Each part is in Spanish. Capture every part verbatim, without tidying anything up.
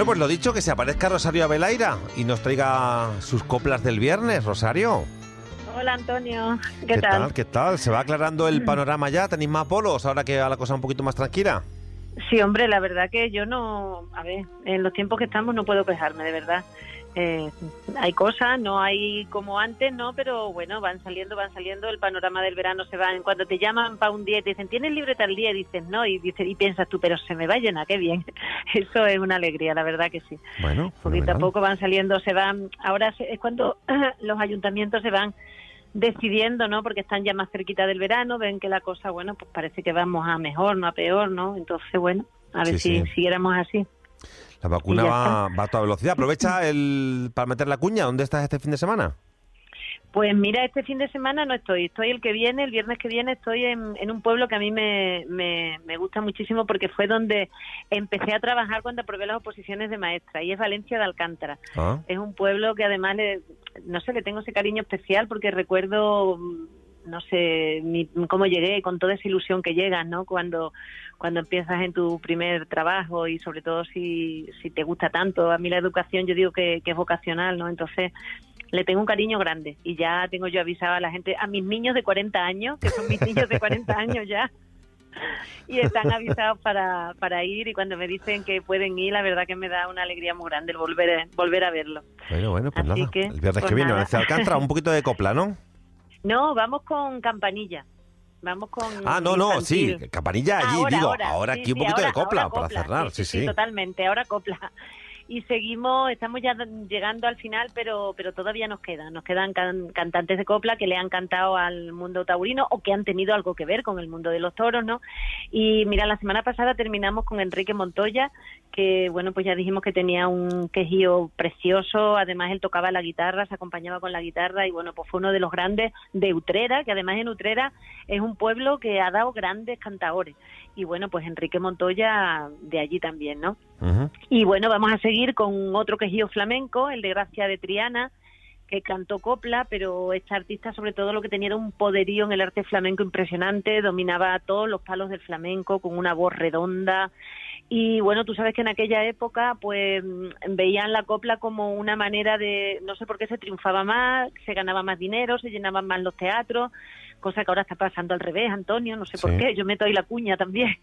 Bueno, pues lo dicho, que se aparezca Rosario Abelaira y nos traiga sus coplas del viernes. Rosario. Hola, Antonio. ¿Qué, ¿Qué tal? tal? ¿Qué tal? ¿Se va aclarando el panorama ya? ¿Tenéis más polos ahora que va la cosa un poquito más tranquila? Sí, hombre, la verdad que yo no... A ver, en los tiempos que estamos no puedo quejarme, de verdad. Eh, hay cosas, no hay como antes, ¿no? Pero bueno, van saliendo, van saliendo, el panorama del verano se va. Cuando te llaman para un día y te dicen, ¿tienes libre tal día? Y dices, no, y dices, y piensas tú, pero se me va a llenar, qué bien. Eso es una alegría, la verdad que sí. Bueno, poquito a poco van saliendo, se van... Ahora es cuando los ayuntamientos se van decidiendo, ¿no? Porque están ya más cerquita del verano, ven que la cosa, bueno, pues parece que vamos a mejor, no a peor, ¿no? Entonces, bueno, a ver sí, si sí. siguiéramos así. La vacuna va, va a toda velocidad. Aprovecha el para meter la cuña. ¿Dónde estás este fin de semana? Pues mira, este fin de semana no estoy. Estoy el que viene, el viernes que viene, estoy en, en un pueblo que a mí me, me, me gusta muchísimo porque fue donde empecé a trabajar cuando aprobé las oposiciones de maestra, y es Valencia de Alcántara. Ah. Es un pueblo que además, le, no sé, le tengo ese cariño especial porque recuerdo... no sé ni cómo llegué, con toda esa ilusión que llegas, ¿no? Cuando cuando empiezas en tu primer trabajo y sobre todo si, si te gusta tanto. A mí la educación yo digo que, que es vocacional, ¿no? Entonces le tengo un cariño grande y ya tengo yo avisado a la gente, a mis niños de cuarenta años, que son mis niños de cuarenta años ya, y están avisados para, para ir, y cuando me dicen que pueden ir, la verdad que me da una alegría muy grande el volver, volver a verlo. Bueno, bueno, pues Así nada, que, el viernes pues que viene, nada. Valencia de Alcántara, un poquito de copla, ¿no? No, vamos con campanilla. Vamos con... Ah, no, no, infantil. sí, campanilla allí, ahora, digo, ahora, ahora sí, aquí un sí, poquito ahora, de copla, ahora para copla, cerrar, sí, sí, sí, sí. Totalmente, ahora copla. Y seguimos, estamos ya llegando al final, pero pero todavía nos quedan, nos quedan can, cantantes de copla que le han cantado al mundo taurino o que han tenido algo que ver con el mundo de los toros, ¿no? Y mira, la semana pasada terminamos con Enrique Montoya, que bueno, pues ya dijimos que tenía un quejío precioso, además él tocaba la guitarra, se acompañaba con la guitarra, y bueno, pues fue uno de los grandes de Utrera, que además en Utrera es un pueblo que ha dado grandes cantaores. Y bueno, pues Enrique Montoya de allí también, ¿no? Uh-huh. Y bueno, vamos a seguir con otro quejío flamenco, el de Gracia de Triana, que cantó copla, pero esta artista sobre todo lo que tenía era un poderío en el arte flamenco impresionante, dominaba todos los palos del flamenco con una voz redonda. Y bueno, tú sabes que en aquella época pues veían la copla como una manera de, no sé por qué se triunfaba más, se ganaba más dinero, se llenaban más los teatros, cosa que ahora está pasando al revés, Antonio, no sé sí. por qué, yo meto ahí la cuña también.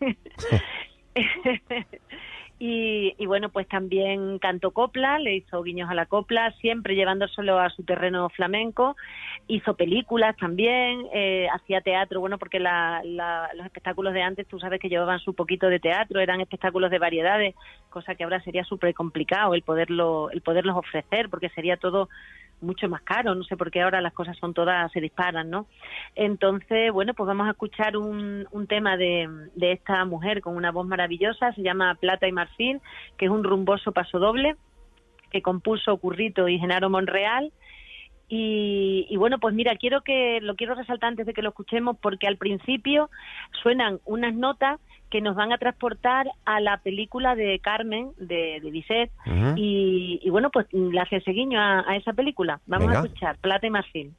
y, y bueno, pues también cantó copla, le hizo guiños a la copla, siempre llevándoselo a su terreno flamenco, hizo películas también, eh, hacía teatro, bueno, porque la, la, los espectáculos de antes, tú sabes que llevaban su poquito de teatro, eran espectáculos de variedades, cosa que ahora sería súper complicado el poderlo, el poderlos ofrecer, porque sería todo mucho más caro, no sé por qué ahora las cosas son todas, se disparan, ¿no? Entonces, bueno, pues vamos a escuchar un, un tema de, de esta mujer con una voz maravillosa, se llama Plata y Marfil, que es un rumboso pasodoble que compuso Currito y Genaro Monreal. Y, y bueno, pues mira, quiero que lo quiero resaltar antes de que lo escuchemos, porque al principio suenan unas notas que nos van a transportar a la película de Carmen, de, de Bizet, uh-huh. y, y bueno, pues le hace seguiño a, a esa película. Vamos Venga. a escuchar Plata y Marfil.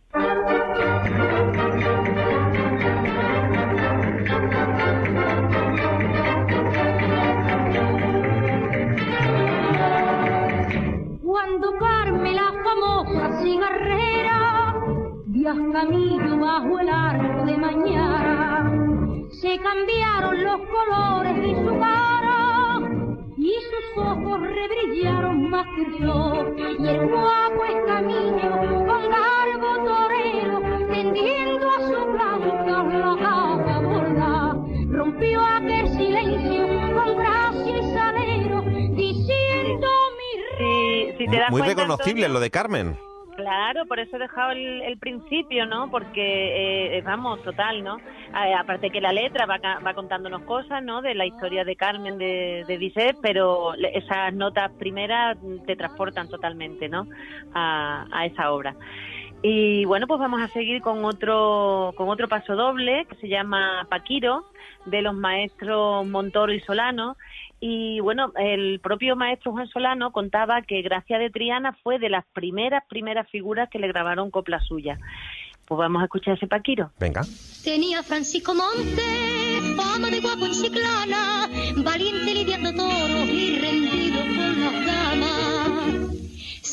Cuando Carmen, la famosa cigarrera, viaja camino bajo el arco de mañana, se cambiaron los colores de su cara y sus ojos rebrillaron más que yo, y el guapo es camino con garbo torero, tendiendo a su blanca la capa borda, rompió aquel silencio con gracia y salero, diciendo mi rey. Sí, si te das Muy cuenta, reconocible Antonio, lo de Carmen. Claro, por eso he dejado el, el principio, ¿no? Porque, eh, vamos, total, ¿no? A, aparte que la letra va, va contándonos cosas, ¿no? De la historia de Carmen de, de Bizet, pero esas notas primeras te transportan totalmente, ¿no? A, a esa obra. Y bueno, pues vamos a seguir con otro, con otro pasodoble que se llama Paquiro, de los maestros Montoro y Solano. Y bueno, el propio maestro Juan Solano contaba que Gracia de Triana fue de las primeras, primeras figuras que le grabaron copla suya. Pues vamos a escuchar ese Paquiro. Venga. Tenía Francisco Monte, fama de guapo en Chiclana, valiente lidiando toros y rendido con la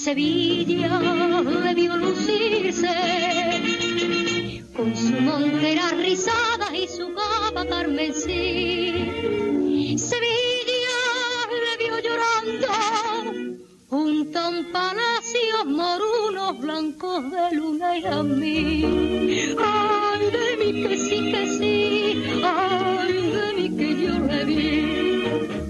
Sevilla debió lucirse con su montera rizada y su capa carmesí. Sevilla le vio llorando junto a un palacio morunos blancos de luna y a mí. Ay de mí que sí, que sí, ay de mí que yo le vi.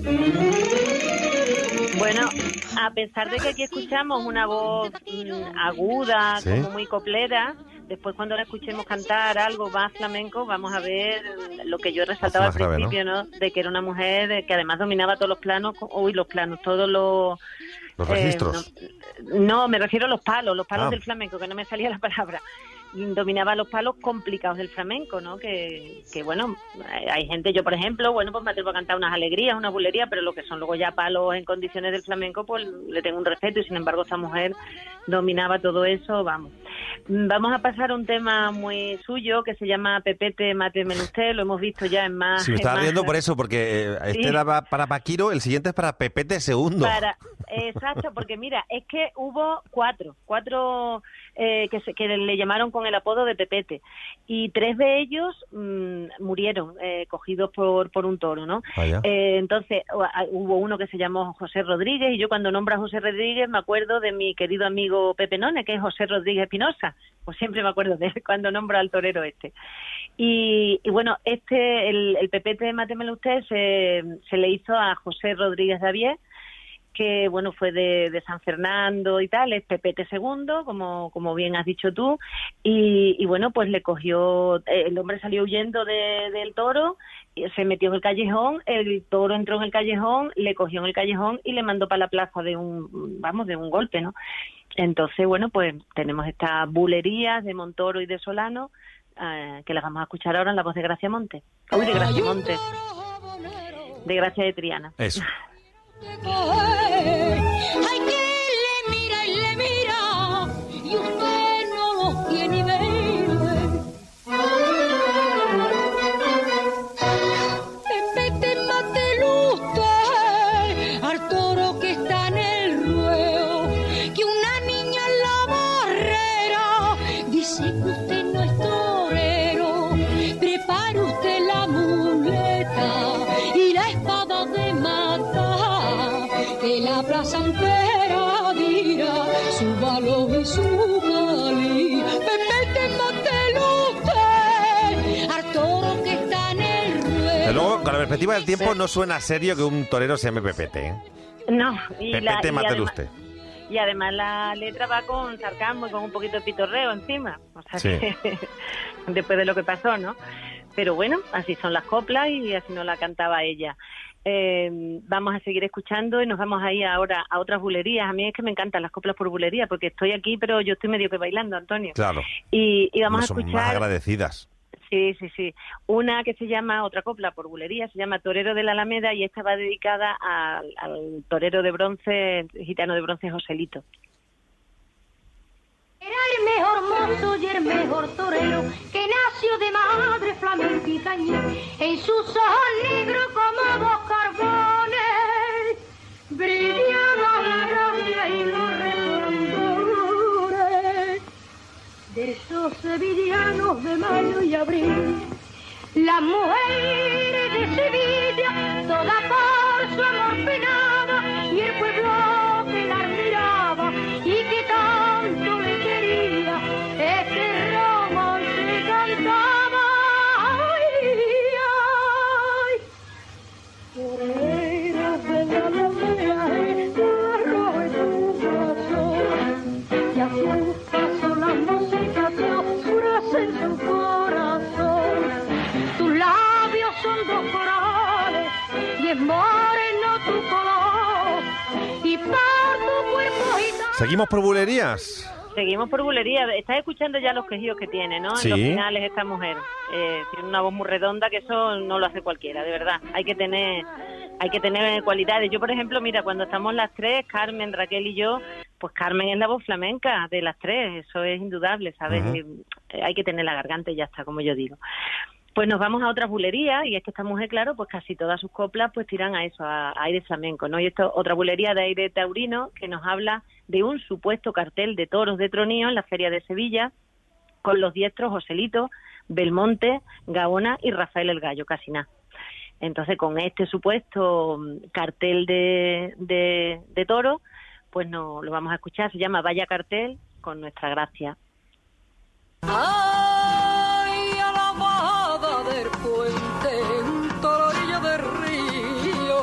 Bueno, a pesar de que aquí escuchamos una voz mm, aguda, ¿sí?, como muy coplera, después cuando la escuchemos cantar algo más flamenco, vamos a ver lo que yo resaltaba al grave, principio, ¿no? ¿no? De que era una mujer que además dominaba todos los planos, uy, los planos, todos los... Los registros. Eh, no, no, me refiero a los palos, los palos Ah. del flamenco, que no me salía la palabra. Dominaba los palos complicados del flamenco, ¿no? Que, que bueno, hay gente, yo por ejemplo, bueno, pues me atrevo a cantar unas alegrías, una bulería, pero lo que son luego ya palos en condiciones del flamenco, pues le tengo un respeto, y sin embargo esta mujer dominaba todo eso, vamos. Vamos a pasar a un tema muy suyo que se llama Pepete, máteme usted, lo hemos visto ya en más... Sí, me en estaba más- riendo por eso, porque eh, este Sí. era pa- para Paquiro, el siguiente es para Pepete segundo. Para, exacto, porque mira, es que hubo cuatro, cuatro eh, que, se, que le llamaron con el apodo de Pepete, y tres de ellos mmm, murieron eh, cogidos por, por un toro, ¿no? Vaya. Eh, entonces hu- hubo uno que se llamó José Rodríguez, y yo cuando nombro a José Rodríguez me acuerdo de mi querido amigo Pepe None, que es José Rodríguez Espinosa, pues siempre me acuerdo de él cuando nombro al torero este. Y, y bueno, este, el, el Pepete, mátemelo usted, se, se le hizo a José Rodríguez Davier, que bueno, fue de, de San Fernando y tal, es Pepete segundo, como, como bien has dicho tú, y, y bueno, pues le cogió, eh, el hombre salió huyendo de, del toro, y se metió en el callejón, el toro entró en el callejón, le cogió en el callejón y le mandó para la plaza de un, vamos, de un golpe, ¿no? Entonces, bueno, pues tenemos estas bulerías de Montoro y de Solano, eh, que las vamos a escuchar ahora en la voz de Gracia Monte, uy, de Gracia Monte, de Gracia de Triana. Eso. Hay quien le mira y le mira y usted no los tiene y ve. Pepete, mátelo usted al toro que está en el ruedo, que una niña en la barrera dice que usted no es torero. Prepare usted la muleta y la espada de matar, que la plaza entera dirá su valor y su valía. Pepete, mátelo usted al toro que está en el ruedo. Pero luego, con la perspectiva del tiempo, no suena serio que un torero se llame Pepete, ¿eh? No, y la, Pepete, y mátelo además- usted. Y además la letra va con sarcasmo y con un poquito de pitorreo encima. O sea, Sí. que después de lo que pasó, ¿no? Pero bueno, así son las coplas y así nos la cantaba ella. Eh, vamos a seguir escuchando y nos vamos a ir ahora a otras bulerías. A mí es que me encantan las coplas por bulería, porque estoy aquí, pero yo estoy medio que bailando, Antonio. Claro. Y, y vamos a Son más escuchar... agradecidas. Sí, sí, sí. Una que se llama, otra copla por bulería, se llama Torero de la Alameda, y esta va dedicada al, al torero de bronce, gitano de bronce Joselito. Era el mejor mozo y el mejor torero que nació de madre flamenca y cañé. En sus ojos negros como dos carbones brillaban la gracia y los resplandores de esos sevillanos de mayo y abril. Las mujeres de Sevilla, todas por su amor penaba, y el pueblo que la admiraba y que tanto le quería, este romance cantaba. Ay, ay, torera de la alameda, arroja en tu corazón, y a su paso la música te oscurece en su corazón. Tus labios son dos corales y es moreno tu color, y por tu cuerpo gitano. ¿Seguimos por bulerías? Seguimos por bulería. Estás escuchando ya los quejíos que tiene, ¿no? Sí. En los finales esta mujer. Eh, tiene una voz muy redonda, que eso no lo hace cualquiera, de verdad. Hay que tener hay que tener cualidades. Yo, por ejemplo, mira, cuando estamos las tres, Carmen, Raquel y yo, pues Carmen es la voz flamenca de las tres. Eso es indudable, ¿sabes? Ujú. Eh, hay que tener la garganta y ya está, como yo digo. Pues nos vamos a otras bulerías, y es que esta mujer, claro, pues casi todas sus coplas pues tiran a eso, a, a aire flamenco, ¿no? Y esto otra bulería de aire taurino que nos habla de un supuesto cartel de toros de Tronío en la Feria de Sevilla, con los diestros Joselito, Belmonte, Gaona y Rafael el Gallo, casi nada. Entonces, con este supuesto cartel de, de, de toro, pues no lo vamos a escuchar. Se llama Vaya Cartel, con nuestra Gracia. Ay, a la bajada del puente, un tororillo de río.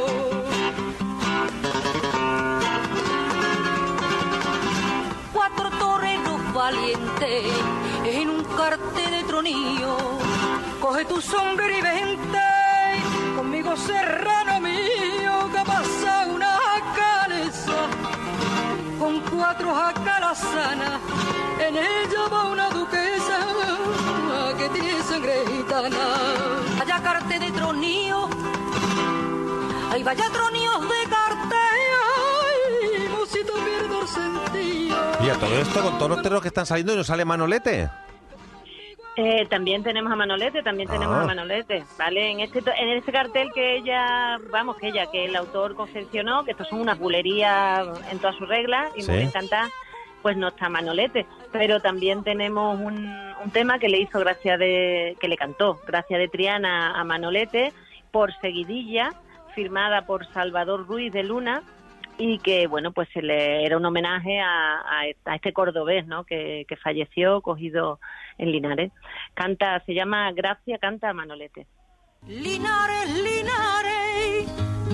Cuatro toreros valientes en un cartel de Tronío. Coge tu sombrero y vente conmigo, serrano mío, que pasa una caleza con cuatro jacalazanas. En ella va una duquesa que tiene sangre gitana. Vaya cartel de Tronío, ay, vaya troníos de cartel, ay, mocito pierdo el sentido. Y a todo esto, con todos los teros que están saliendo, ¿y no sale Manolete? Eh, también tenemos a Manolete, también tenemos Ah. a Manolete, ¿vale? En este en este cartel que ella, vamos, que ella, que el autor confeccionó, que estos son unas bulerías en todas sus reglas y Sí. muy encantadas, pues no está Manolete. Pero también tenemos un, un tema que le hizo Gracia de, que le cantó Gracia de Triana a Manolete, por seguidilla, firmada por Salvador Ruiz de Luna, y que, bueno, pues se le era un homenaje a, a, a este cordobés, ¿no?, que, que falleció cogido en Linares. Canta, se llama Gracia, canta a Manolete. Linares, Linares,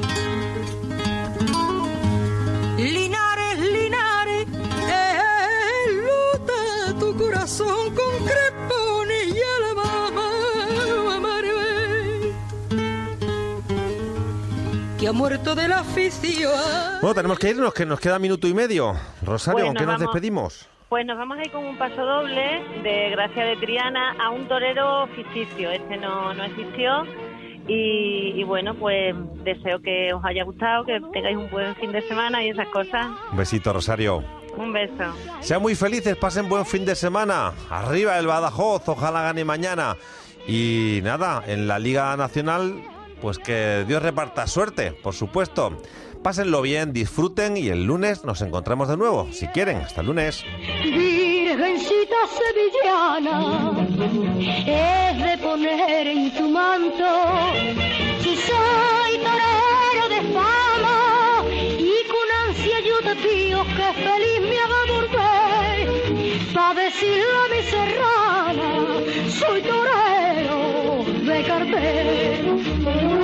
Linares, Linares, eh, luta tu corazón con crepones y a la mamá, Maribel, que ha muerto de la afición. Bueno, tenemos que irnos, que nos queda minuto y medio. Rosario, Pues ¿con qué nos nos vamos. despedimos? Pues nos vamos a ir con un paso doble de Gracia de Triana a un torero ficticio. Este no, no existió. Y, y bueno, pues deseo que os haya gustado, que tengáis un buen fin de semana y esas cosas. Un besito, Rosario. Un beso. Sean muy felices, pasen buen fin de semana. Arriba el Badajoz, ojalá gane mañana. Y nada, en la Liga Nacional, pues que Dios reparta suerte, por supuesto. Pásenlo bien, disfruten y el lunes nos encontramos de nuevo, si quieren. Hasta el lunes. Virgencita sevillana, es de poner en tu manto. Si soy torero de fama y con ansia yo te pido que feliz me haga volver, pa' decirle a mi serrana, soy torero de cartel.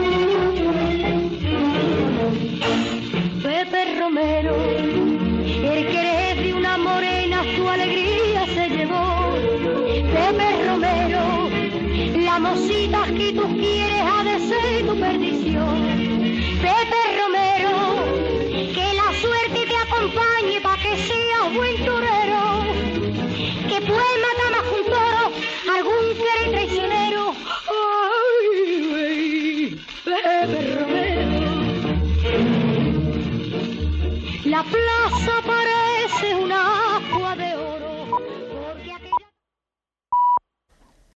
Pepe Romero, el querer de una morena su alegría se llevó. Pepe Romero, la mocita que tú quieres ha de ser tu perdición. Pepe Romero, que la suerte te acompañe pa' que seas buen torero, que puedes matar más que un toro algún querer traicionero. Ay, Pepe Romero, la plaza